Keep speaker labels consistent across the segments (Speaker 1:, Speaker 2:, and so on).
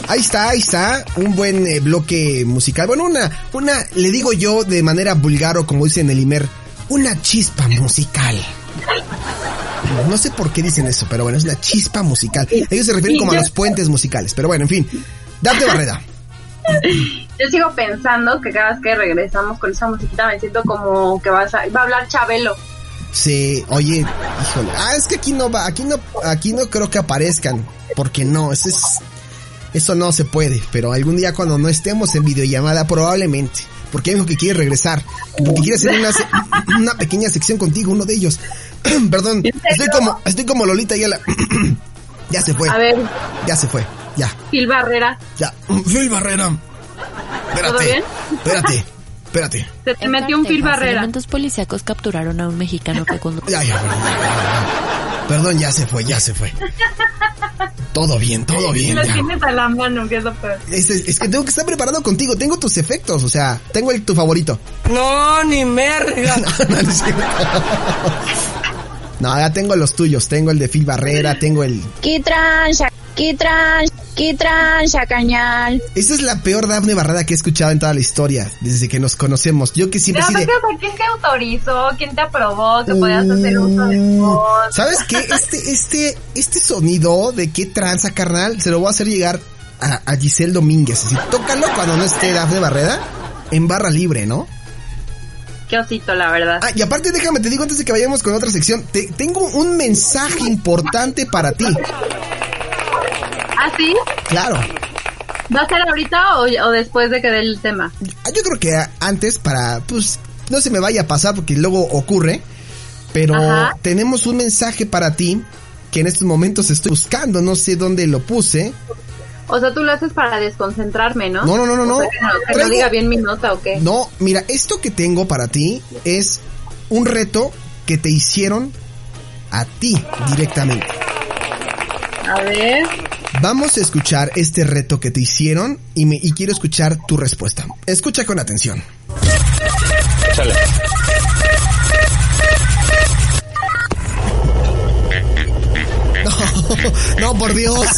Speaker 1: Ahí está, un buen bloque musical. Bueno, una, le digo yo de manera vulgar o como dicen el Imer, una chispa musical. No sé por qué dicen eso, pero bueno, es una chispa musical. Ellos se refieren como a los puentes musicales, pero bueno, en fin. Dafne Barrera.
Speaker 2: Yo sigo pensando que cada vez que regresamos con esa musiquita me siento como que va a hablar Chabelo.
Speaker 1: Sí, oye, híjole. Es que aquí no creo que aparezcan, porque no, eso no se puede, pero algún día cuando no estemos en videollamada probablemente, porque dijo que quiere regresar, porque quiere hacer una pequeña sección contigo, uno de ellos. Perdón, estoy como Lolita Ayala. Ya se fue.
Speaker 2: A ver.
Speaker 1: Ya se fue, ya.
Speaker 2: Phil Barrera.
Speaker 1: Ya, Phil Barrera.
Speaker 2: ¿Todo bien?
Speaker 1: Espérate.
Speaker 2: Se te metió un Phil Barrera.
Speaker 3: Elementos policíacos capturaron a un mexicano que conducía.
Speaker 1: Perdón, ya se fue. Todo bien.
Speaker 2: Lo tienes a la mano, que es lo peor.
Speaker 1: Es que tengo que estar preparado contigo. Tengo tus efectos, o sea, tengo tu favorito.
Speaker 4: No, ni merga.
Speaker 1: No es cierto. No, ya tengo los tuyos. Tengo el de Phil Barrera, tengo el...
Speaker 5: ¡Qué tranza, cañal!
Speaker 1: Esa es la peor Dafne Barrera que he escuchado en toda la historia, desde que nos conocemos. Yo que siempre...
Speaker 2: ¿Quién te autorizó? ¿Quién te aprobó que podías hacer uso de voz?
Speaker 1: ¿Sabes qué? Este sonido de qué tranza, carnal, se lo voy a hacer llegar a Giselle Domínguez. Así, tócalo cuando no esté Dafne Barrera en barra libre, ¿no?
Speaker 2: Qué osito, la verdad.
Speaker 1: Y aparte, déjame, te digo antes de que vayamos con otra sección, tengo un mensaje importante para ti.
Speaker 2: ¿Ah, sí?
Speaker 1: Claro.
Speaker 2: ¿Va a ser ahorita o después de que dé el tema?
Speaker 1: Yo creo que antes para, pues, no se me vaya a pasar porque luego ocurre, pero tenemos un mensaje para ti que en estos momentos estoy buscando, no sé dónde lo puse.
Speaker 2: O sea, tú lo haces para desconcentrarme, ¿no?
Speaker 1: No.
Speaker 2: O sea, que no diga bien mi nota, ¿o qué?
Speaker 1: No, mira, esto que tengo para ti es un reto que te hicieron a ti directamente.
Speaker 2: A ver.
Speaker 1: Vamos a escuchar este reto que te hicieron y quiero escuchar tu respuesta. Escucha con atención.
Speaker 6: Échale.
Speaker 1: No, por Dios.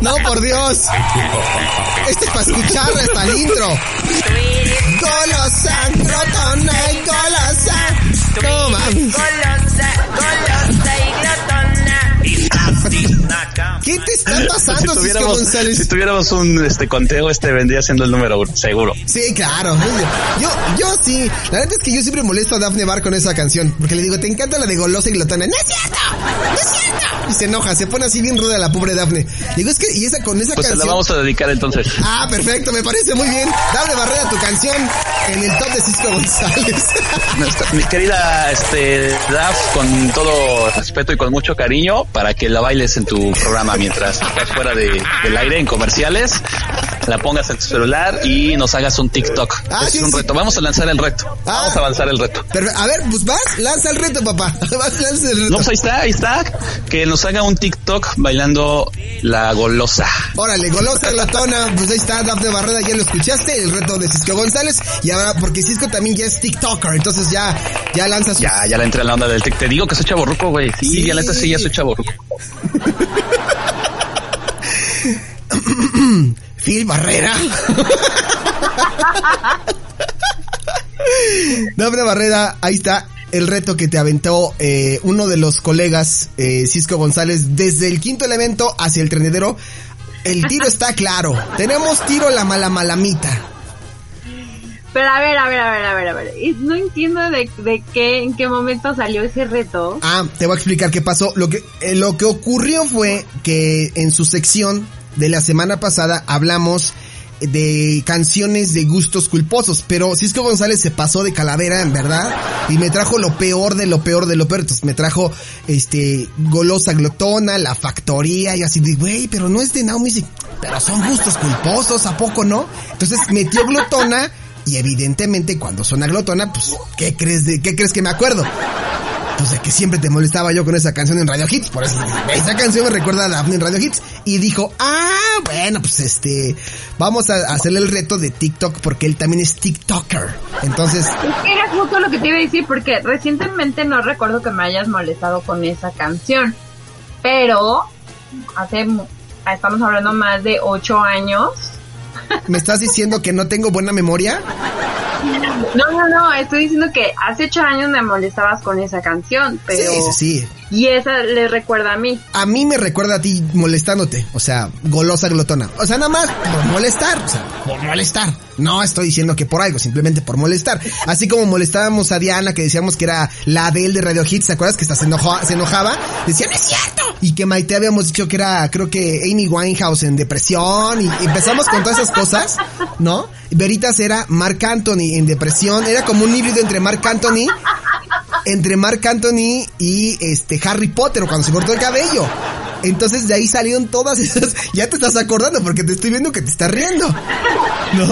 Speaker 1: Este es para escuchar hasta el intro. Golosa, glotona y golosa. Toma.
Speaker 4: Golosa y glotona.
Speaker 1: ¿Qué te está pasando, Cisco González?
Speaker 6: Si tuviéramos un conteo, vendría siendo el número 1, seguro.
Speaker 1: Sí, claro. Yo sí. La verdad es que yo siempre molesto a Dafne Bar con esa canción, porque le digo, te encanta la de golosa y glotona. ¡No es cierto! Y se enoja, se pone así bien ruda la pobre Dafne. Digo, es que, y esa con esa
Speaker 6: pues
Speaker 1: canción...
Speaker 6: Pues te la vamos a dedicar entonces.
Speaker 1: Perfecto, me parece muy bien. Dafne Barrera, tu canción en el top de Cisco González.
Speaker 6: Mi querida Daf, con todo respeto y con mucho cariño, para que la bailes en tu programa mientras estás fuera del aire, en comerciales, la pongas en tu celular y nos hagas un TikTok. Es un reto. Vamos a lanzar el reto. Vamos a avanzar el reto.
Speaker 1: A ver, pues lanza el reto, papá. Lanza el reto.
Speaker 6: No, pues ahí está. Que nos haga un TikTok bailando la golosa.
Speaker 1: Órale, golosa, glotona. Pues ahí está, Dafne Barrera, ya lo escuchaste, el reto de Cisco González. Y ahora, porque Cisco también ya es TikToker, entonces ya lanza su...
Speaker 6: Ya le entré en la onda del TikTok. Te digo que soy chavorruco, güey. Sí, ya la neta sí, ya soy chavorruco.
Speaker 1: Phil Barrera. Dafne Barrera, ahí está el reto que te aventó uno de los colegas, Cisco González, desde el quinto elemento hacia el trenedero. El tiro está claro. Tenemos tiro la malamita.
Speaker 2: Pero a ver. No entiendo en qué momento salió ese reto.
Speaker 1: Te voy a explicar qué pasó. Lo que ocurrió fue que en su sección de la semana pasada hablamos de canciones de gustos culposos, pero Cisco González se pasó de calavera, en verdad, y me trajo lo peor de lo peor de lo peor. Entonces me trajo Golosa Glotona, La Factoría, y así de, güey, pero no es de Now Music, pero son gustos culposos, ¿a poco no? Entonces metió Glotona, y evidentemente cuando suena Glotona, pues, ¿qué crees que me acuerdo? Pues de que siempre te molestaba yo con esa canción en Radio Hits, por eso esa canción me recuerda a Dafne en Radio Hits, y dijo, bueno, pues vamos a hacerle el reto de TikTok porque él también es TikToker. Entonces...
Speaker 2: Es que era justo lo que te iba a decir, porque recientemente no recuerdo que me hayas molestado con esa canción, pero estamos hablando más de 8 años,
Speaker 1: ¿Me estás diciendo que no tengo buena memoria?
Speaker 2: No, estoy diciendo que hace 8 años me molestabas con esa canción, pero...
Speaker 1: Sí.
Speaker 2: Y esa le recuerda a mí.
Speaker 1: A mí me recuerda a ti molestándote, o sea, golosa glotona. O sea, nada más por molestar, No estoy diciendo que por algo, simplemente por molestar. Así como molestábamos a Diana, que decíamos que era la Adele de Radio Hits, ¿te acuerdas? Que hasta se enojaba, decían, ¡es cierto! Y que Maite habíamos dicho que era, creo que Amy Winehouse en depresión, y empezamos con todas esas cosas, ¿no? Veritas era Marc Anthony en depresión, era como un híbrido entre Marc Anthony y Harry Potter, o cuando se cortó el cabello. Entonces de ahí salieron todas esas. Ya te estás acordando porque te estoy viendo que te estás riendo, ¿no?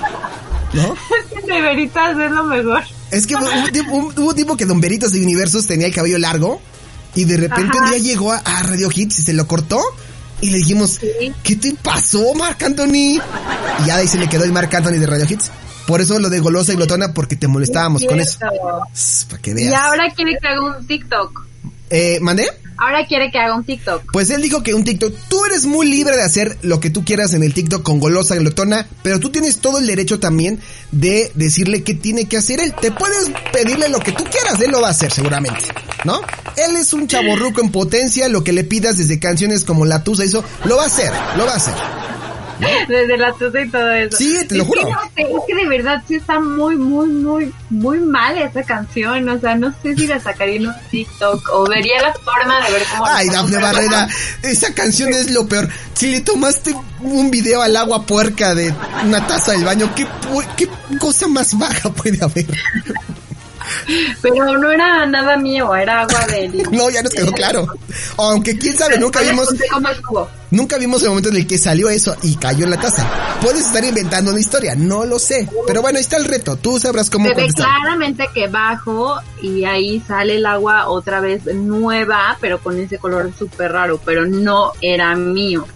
Speaker 2: De Veritas es lo mejor.
Speaker 1: Es que hubo un tipo que Don Veritas de Universos tenía el cabello largo y de repente un día llegó a Radio Hits y se lo cortó y le dijimos, ¿sí? ¿Qué te pasó, Marc Anthony? Y ya de ahí se le quedó el Marc Anthony de Radio Hits. Por eso lo de golosa y glotona, porque te molestábamos con eso. Para que veas.
Speaker 2: Y ahora quiere que haga un TikTok.
Speaker 1: ¿Mandé?
Speaker 2: Ahora quiere que haga un TikTok.
Speaker 1: Pues él dijo que un TikTok, tú eres muy libre de hacer lo que tú quieras en el TikTok con golosa y glotona, pero tú tienes todo el derecho también de decirle qué tiene que hacer él. Te puedes pedirle lo que tú quieras, él lo va a hacer seguramente, ¿no? Él es un chavorruco en potencia, lo que le pidas desde canciones como La Tusa, eso, lo va a hacer. ¿No?
Speaker 2: Desde La Tusa y todo eso.
Speaker 1: Sí, te lo juro.
Speaker 2: Es que de verdad sí está muy mal esa canción. O sea, no sé si la sacaría en un TikTok o vería la forma de ver cómo...
Speaker 1: Ay, Dafne Barrera, esa canción es lo peor. Si le tomaste un video al agua puerca de una taza del baño, ¿qué cosa más baja puede haber?
Speaker 2: Pero no era nada mío, era agua de...
Speaker 1: No, ya nos quedó claro. Aunque quién sabe, nunca vimos el momento en el que salió eso y cayó en la taza. Puedes estar inventando una historia, no lo sé. Pero bueno, ahí está el reto, tú sabrás cómo contestar.
Speaker 2: Claramente que bajo y ahí sale el agua otra vez nueva, pero con ese color súper raro, pero no era mío.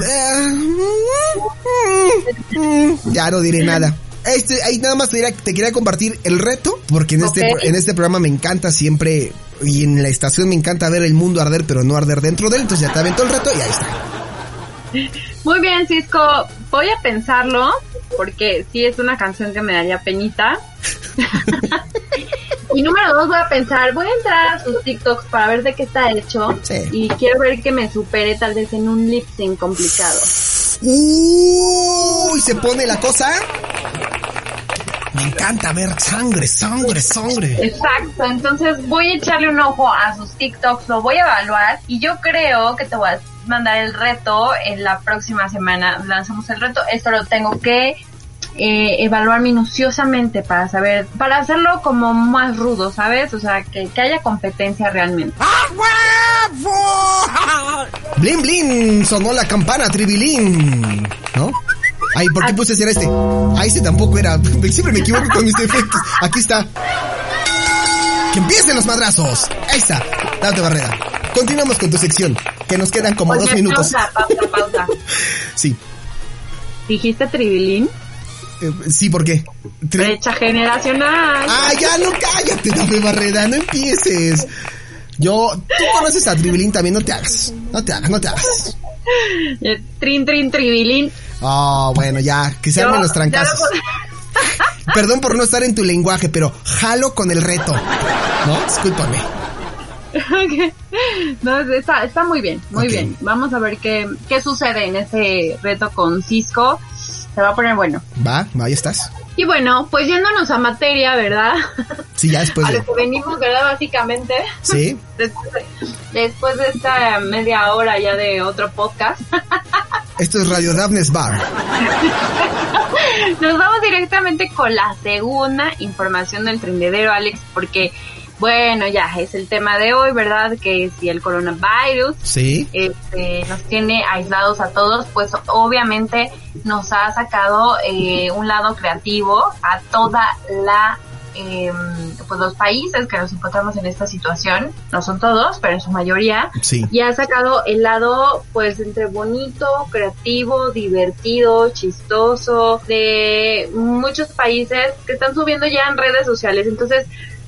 Speaker 1: Ya no diré nada. Ahí nada más te quería compartir el reto, porque en este programa me encanta siempre, y en la estación me encanta ver el mundo arder, pero no arder dentro de él, entonces ya te aventó el reto y ahí está.
Speaker 2: Muy bien, Cisco, voy a pensarlo, porque sí es una canción que me daría penita. Y número 2, voy a entrar a sus TikToks para ver de qué está hecho.
Speaker 1: Sí.
Speaker 2: Y quiero ver que me supere tal vez en un lip sync complicado.
Speaker 1: Uy, se pone la cosa. Me encanta ver sangre.
Speaker 2: Exacto, entonces voy a echarle un ojo a sus TikToks, lo voy a evaluar y yo creo que te voy a mandar el reto en la próxima semana. Lanzamos el reto, esto lo tengo que evaluar minuciosamente para saber, para hacerlo como más rudo, ¿sabes? O sea, que haya competencia realmente.
Speaker 1: Blin blin, sonó la campana, tribilín, ¿no? Ay, ¿por qué puse a hacer este? Ah, este tampoco era. Siempre me equivoco con mis efectos. Aquí está. ¡Que empiecen los madrazos! Ahí está. Date Barrera. Continuamos con tu sección, que nos quedan como 2 minutos.
Speaker 2: Pausa.
Speaker 1: Sí.
Speaker 2: ¿Dijiste tribilín?
Speaker 1: Sí, ¿por qué?
Speaker 2: Brecha generacional.
Speaker 1: Ah, ya no, cállate, Date Barrera, no empieces. Tú conoces a Tribilín también, no te hagas.
Speaker 2: Trin, tribilín.
Speaker 1: Oh, bueno, ya, que se armen los trancazos. Perdón por no estar en tu lenguaje, pero jalo con el reto, ¿no? Discúlpame.
Speaker 2: Okay. No, está muy bien, muy bien. Vamos a ver qué sucede en ese reto con Cisco. Se va a poner bueno.
Speaker 1: Va, ahí estás.
Speaker 2: Y bueno, pues yéndonos a materia, ¿verdad?
Speaker 1: Sí, ya después
Speaker 2: a lo que venimos, ¿verdad? Básicamente.
Speaker 1: Sí.
Speaker 2: Después de esta media hora ya de otro podcast.
Speaker 1: Esto es Radio Dafne's Bar.
Speaker 2: Nos vamos directamente con la segunda información del trendedero, Alex, porque... Bueno, ya es el tema de hoy, ¿verdad? Que si el coronavirus
Speaker 1: sí.
Speaker 2: Nos tiene aislados a todos, pues obviamente nos ha sacado un lado creativo a toda la pues los países que nos encontramos en esta situación. No son todos, pero en su mayoría.
Speaker 1: Sí.
Speaker 2: Y ha sacado el lado pues entre bonito, creativo, divertido, chistoso de muchos países que están subiendo ya en redes sociales. Entonces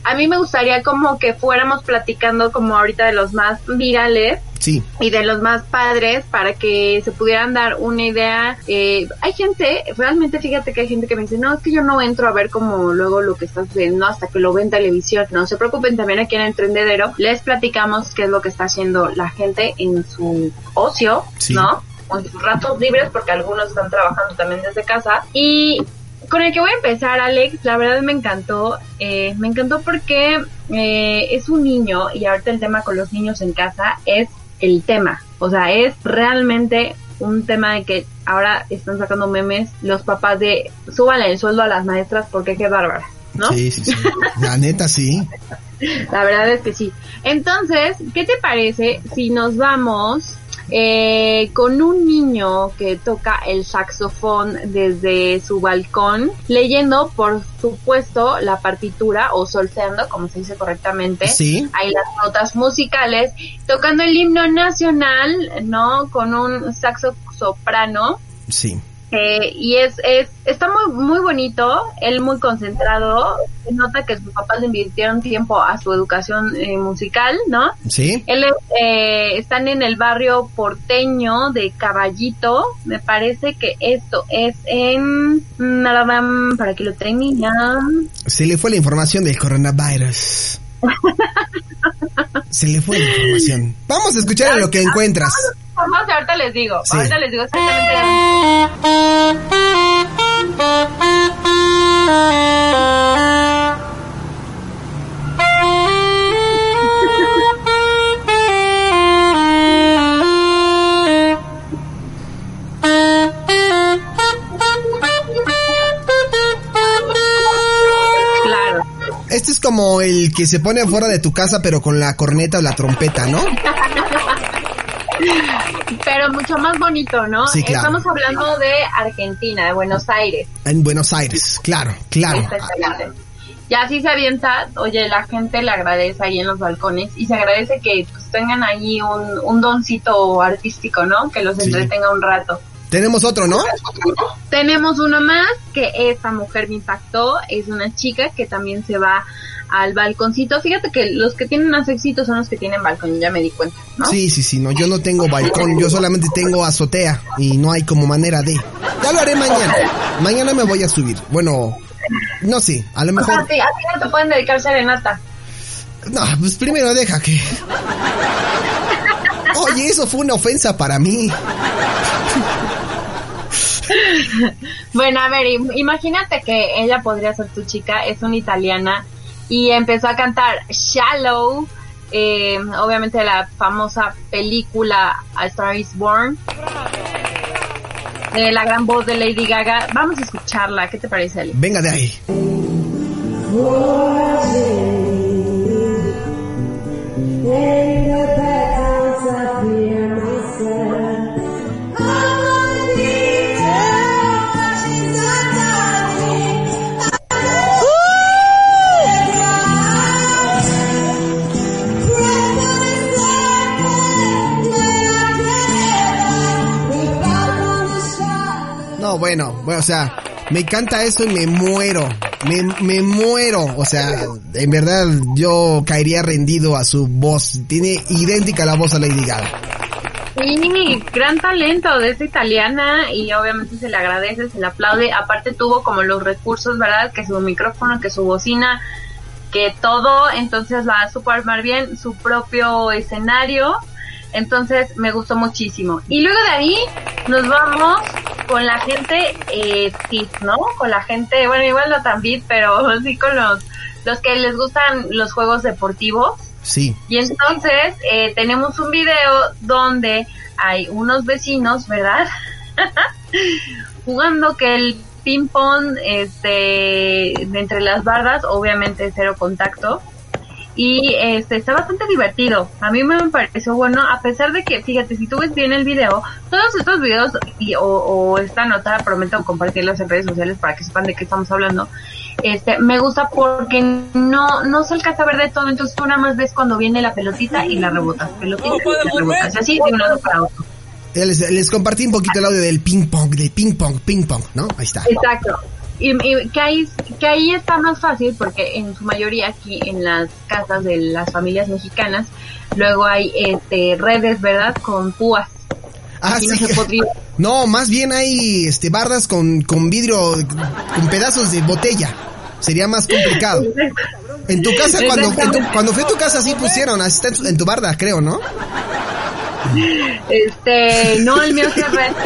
Speaker 2: a mí me gustaría como que fuéramos platicando como ahorita de los más virales.
Speaker 1: Sí.
Speaker 2: Y de los más padres para que se pudieran dar una idea. Hay gente, realmente fíjate que hay gente que me dice, no, es que yo no entro a ver como luego lo que está sucediendo hasta que lo ve en televisión. No se preocupen, también aquí en El Trendedero les platicamos qué es lo que está haciendo la gente en su ocio, sí, ¿no? Con sus ratos libres, porque algunos están trabajando también desde casa. Y con el que voy a empezar, Alex, la verdad me encantó porque es un niño, y ahorita el tema con los niños en casa es el tema, o sea, es realmente un tema de que ahora están sacando memes los papás de súbanle el sueldo a las maestras porque qué bárbaras, ¿no?
Speaker 1: Sí, la neta sí.
Speaker 2: La verdad es que sí. Entonces, ¿qué te parece si nos vamos con un niño que toca el saxofón desde su balcón, leyendo, por supuesto, la partitura o solfeando, como se dice correctamente? Sí. Hay las notas musicales, tocando el himno nacional, ¿no? Con un saxo soprano.
Speaker 1: Sí.
Speaker 2: Y está muy bonito, él muy concentrado, se nota que sus papás le invirtieron tiempo a su educación musical, ¿no? Sí. Él están en el barrio porteño de Caballito, me parece que esto es en para que lo tengan.
Speaker 1: Se le fue la información del coronavirus. Se le fue la información. Vamos a escuchar lo que encuentras.
Speaker 2: Vamos, ahorita les digo exactamente. Claro.
Speaker 1: Este es como el que se pone afuera de tu casa, pero con la corneta o la trompeta, ¿no?
Speaker 2: Pero mucho más bonito, ¿no?
Speaker 1: Sí, claro.
Speaker 2: Estamos hablando de Argentina, de Buenos Aires.
Speaker 1: En Buenos Aires, claro.
Speaker 2: Ya así se avienta, oye, la gente le agradece ahí en los balcones y se agradece que pues, tengan ahí un doncito artístico, ¿no? Que los entretenga un rato.
Speaker 1: Tenemos otro, ¿no?
Speaker 2: Tenemos uno más, que esta mujer me impactó, es una chica que también se va al balconcito. Fíjate que los que tienen más éxito son los que tienen balcón, ya me di cuenta, ¿no?
Speaker 1: Sí, no, yo no tengo balcón, yo solamente tengo azotea y no hay como manera de. Ya lo haré mañana. Mañana me voy a subir. Bueno, no sé, a lo mejor.
Speaker 2: O sea, a ti no te pueden dedicar serenata.
Speaker 1: No, pues primero deja que. Oye, eso fue una ofensa para mí.
Speaker 2: Bueno, a ver, imagínate que ella podría ser tu chica, es una italiana y empezó a cantar Shallow, obviamente la famosa película A Star is Born, la gran voz de Lady Gaga. Vamos a escucharla, ¿qué te parece, Ali?
Speaker 1: Venga de ahí. No, bueno, o sea, me encanta eso y me muero, me muero, o sea, en verdad yo caería rendido a su voz, tiene idéntica la voz a Lady Gaga.
Speaker 2: Sí, gran talento de esta italiana y obviamente se le agradece, se le aplaude, aparte tuvo como los recursos, ¿verdad? Que su micrófono, que su bocina, que todo, entonces la supo armar bien, su propio escenario. Entonces me gustó muchísimo. Y luego de ahí nos vamos con la gente fit, ¿no? Con la gente, bueno, igual no tan fit, pero sí con los que les gustan los juegos deportivos.
Speaker 1: Sí.
Speaker 2: Y entonces tenemos un video donde hay unos vecinos, ¿verdad? Jugando que el ping pong de entre las bardas, obviamente cero contacto. Y está bastante divertido. A mí me pareció bueno, a pesar de que, fíjate, si tú ves bien el video, todos estos videos o esta nota, prometo compartirlos en redes sociales para que sepan de qué estamos hablando. Me gusta porque no se alcanza a ver de todo, entonces tú nada más ves cuando viene la pelotita y la rebotas, pelotita y la rebotas, así de un lado para otro.
Speaker 1: Les compartí un poquito el audio del ping pong, ¿no? Ahí está.
Speaker 2: Exacto. Y que ahí está más fácil porque en su mayoría aquí en las casas de las familias mexicanas luego hay redes, ¿verdad? Con púas. Aquí
Speaker 1: sí.
Speaker 2: No se podría.
Speaker 1: No, más bien hay bardas con vidrio, con pedazos de botella. Sería más complicado. En tu casa, cuando fui a tu casa sí pusieron, así está en tu barda, creo, ¿no?
Speaker 2: No, el mío sí es red.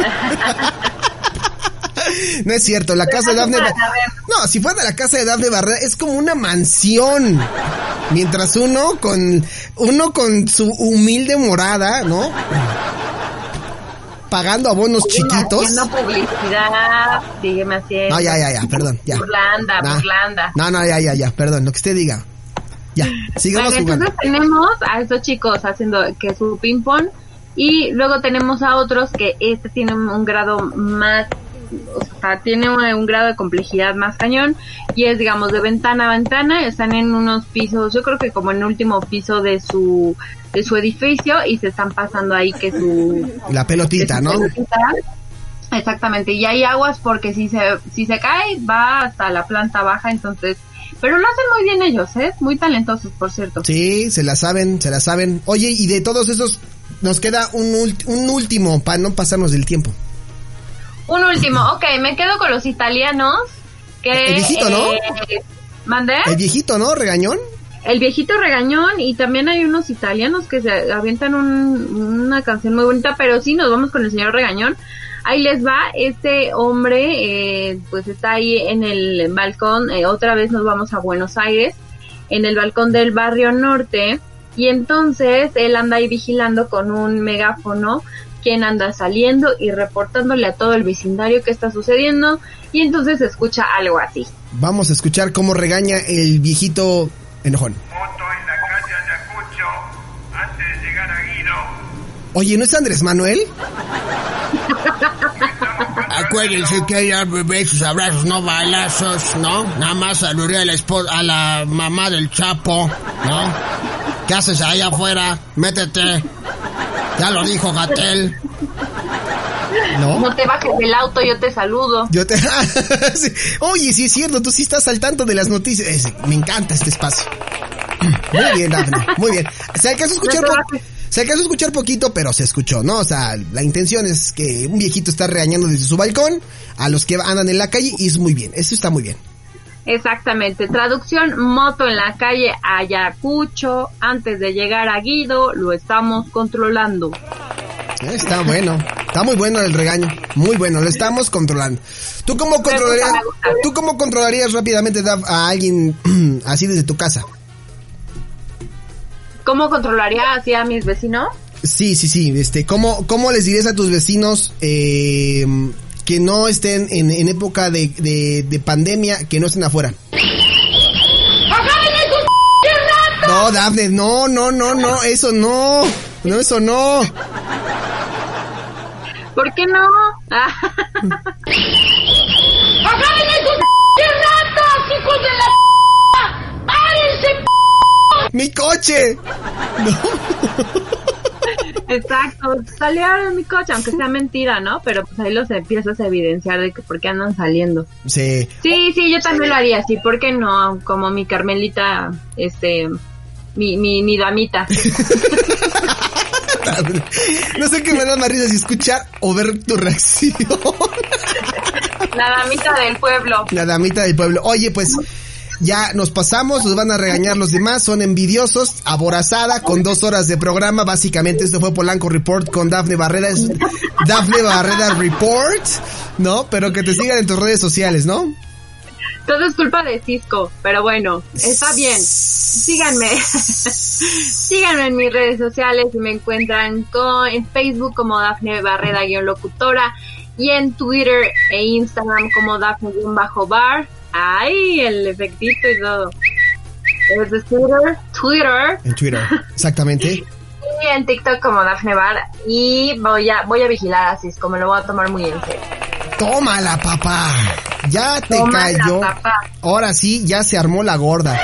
Speaker 1: No es cierto, la casa de Dafne Barrera. No, si fuera la casa de Dafne Barrera es como una mansión. Mientras uno con su humilde morada, ¿no? Pagando abonos chiquitos.
Speaker 2: Haciendo publicidad, sígueme haciendo.
Speaker 1: No, ya, perdón, ya.
Speaker 2: Burlanda.
Speaker 1: No, ya, perdón, lo que usted diga. Ya, sigamos jugando.
Speaker 2: Entonces tenemos a estos chicos haciendo que su ping pong y luego tenemos a otros que tiene un grado más, o sea, tiene un grado de complejidad más cañón y es, digamos, de ventana a ventana. Están en unos pisos, yo creo que como en el último piso de su edificio y se están pasando ahí que
Speaker 1: la pelotita, ¿no?
Speaker 2: Exactamente, y hay aguas porque si se cae va hasta la planta baja, entonces, pero lo hacen muy bien ellos, muy talentosos, por cierto.
Speaker 1: Sí, se la saben. Oye, y de todos esos nos queda un último para no pasarnos del tiempo.
Speaker 2: Un último, ok, me quedo con los italianos que
Speaker 1: el viejito, ¿no?
Speaker 2: ¿Mandé?
Speaker 1: El viejito, ¿no? Regañón.
Speaker 2: El viejito regañón y también hay unos italianos que se avientan una canción muy bonita, pero sí, nos vamos con el señor regañón. Ahí les va, este hombre pues está ahí en el balcón, otra vez nos vamos a Buenos Aires, en el balcón del Barrio Norte, y entonces él anda ahí vigilando con un megáfono quién anda saliendo y reportándole a todo el vecindario qué está sucediendo, y entonces se escucha algo así.
Speaker 1: Vamos a escuchar cómo regaña el viejito enojón.
Speaker 7: Moto en la calle Ayacucho, antes de llegar a Guido.
Speaker 1: Oye, ¿no es Andrés Manuel?
Speaker 8: Acuérdense que hay besos, abrazos, no balazos, ¿no? Nada más saludé a la mamá del Chapo, ¿no? ¿Qué haces allá afuera? Métete. Ya lo dijo Gatell.
Speaker 2: No te bajes del auto, yo te saludo.
Speaker 1: Sí. Oye, sí es cierto, tú sí estás al tanto de las noticias. Me encanta este espacio. Muy bien, Dafne, muy bien. Se alcanzó a escuchar poquito, pero se escuchó, ¿no? O sea, la intención es que un viejito está regañando desde su balcón a los que andan en la calle y es muy bien, eso está muy bien.
Speaker 2: Exactamente, traducción, moto en la calle Ayacucho, antes de llegar a Guido, lo estamos controlando.
Speaker 1: Está bueno, está muy bueno el regaño, muy bueno, lo estamos controlando. ¿Tú cómo controlarías rápidamente, Daf, a alguien así desde tu casa?
Speaker 2: ¿Cómo controlaría así a mis vecinos?
Speaker 1: Sí, ¿cómo les dirías a tus vecinos que no estén en época de pandemia, que no estén afuera? No, Dafne, no, eso no, eso no.
Speaker 2: ¿Por qué no?
Speaker 4: ¡Hijos de la ¡párense,
Speaker 1: ¡Mi coche! No.
Speaker 2: Exacto, salió de mi coche, aunque sea mentira, ¿no? Pero pues ahí los empiezas a evidenciar de que por qué andan saliendo.
Speaker 1: Sí,
Speaker 2: yo también lo haría así, ¿por qué no? Como mi Carmelita, mi damita.
Speaker 1: No sé qué me da más risa, si escuchar o ver tu reacción.
Speaker 2: La damita del pueblo.
Speaker 1: La damita del pueblo. Oye, pues ya nos pasamos, nos van a regañar los demás, son envidiosos, aborazada con 2 horas de programa. Básicamente esto fue Polanco Report con Dafne Barrera, es Dafne Barrera Report, ¿no? Pero que te sigan en tus redes sociales, ¿no?
Speaker 2: Todo es culpa de Cisco, pero bueno, está bien. Síganme en mis redes sociales y me encuentran en Facebook como Dafne Barrera-locutora y en Twitter e Instagram como Dafne-bar. ¡Ay! El efectito y todo. Es de Twitter.
Speaker 1: En Twitter, exactamente.
Speaker 2: Y en TikTok como Dafne Bar. Y voy a vigilar a Cisco, me lo voy a tomar muy en serio.
Speaker 1: Tómala, papá. Ya te cayó. Papá. Ahora sí, ya se armó la gorda.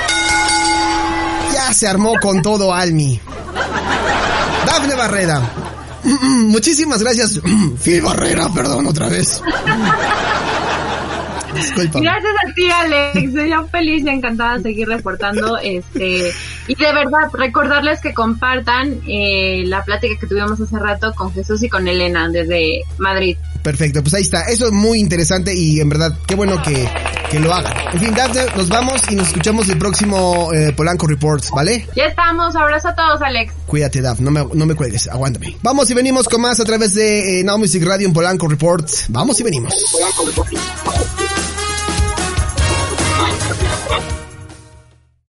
Speaker 1: Ya se armó con todo, Almi. Dafne Barrera. Muchísimas gracias. Phil Barrera, perdón, otra vez. Discúlpame.
Speaker 2: Gracias a ti, Alex. Yo feliz y encantada de seguir reportando. Y de verdad, recordarles que compartan la plática que tuvimos hace rato con Jesús y con Elena desde Madrid.
Speaker 1: Perfecto, pues ahí está. Eso es muy interesante y en verdad, qué bueno que lo hagan. En fin, Dafne, nos vamos y nos escuchamos el próximo Polanco Reports, ¿vale?
Speaker 2: Ya estamos. Abrazo a todos, Alex.
Speaker 1: Cuídate, Daf, no me cuelgues, aguántame. Vamos y venimos con más a través de Now Music Radio en Polanco Reports. Vamos y venimos.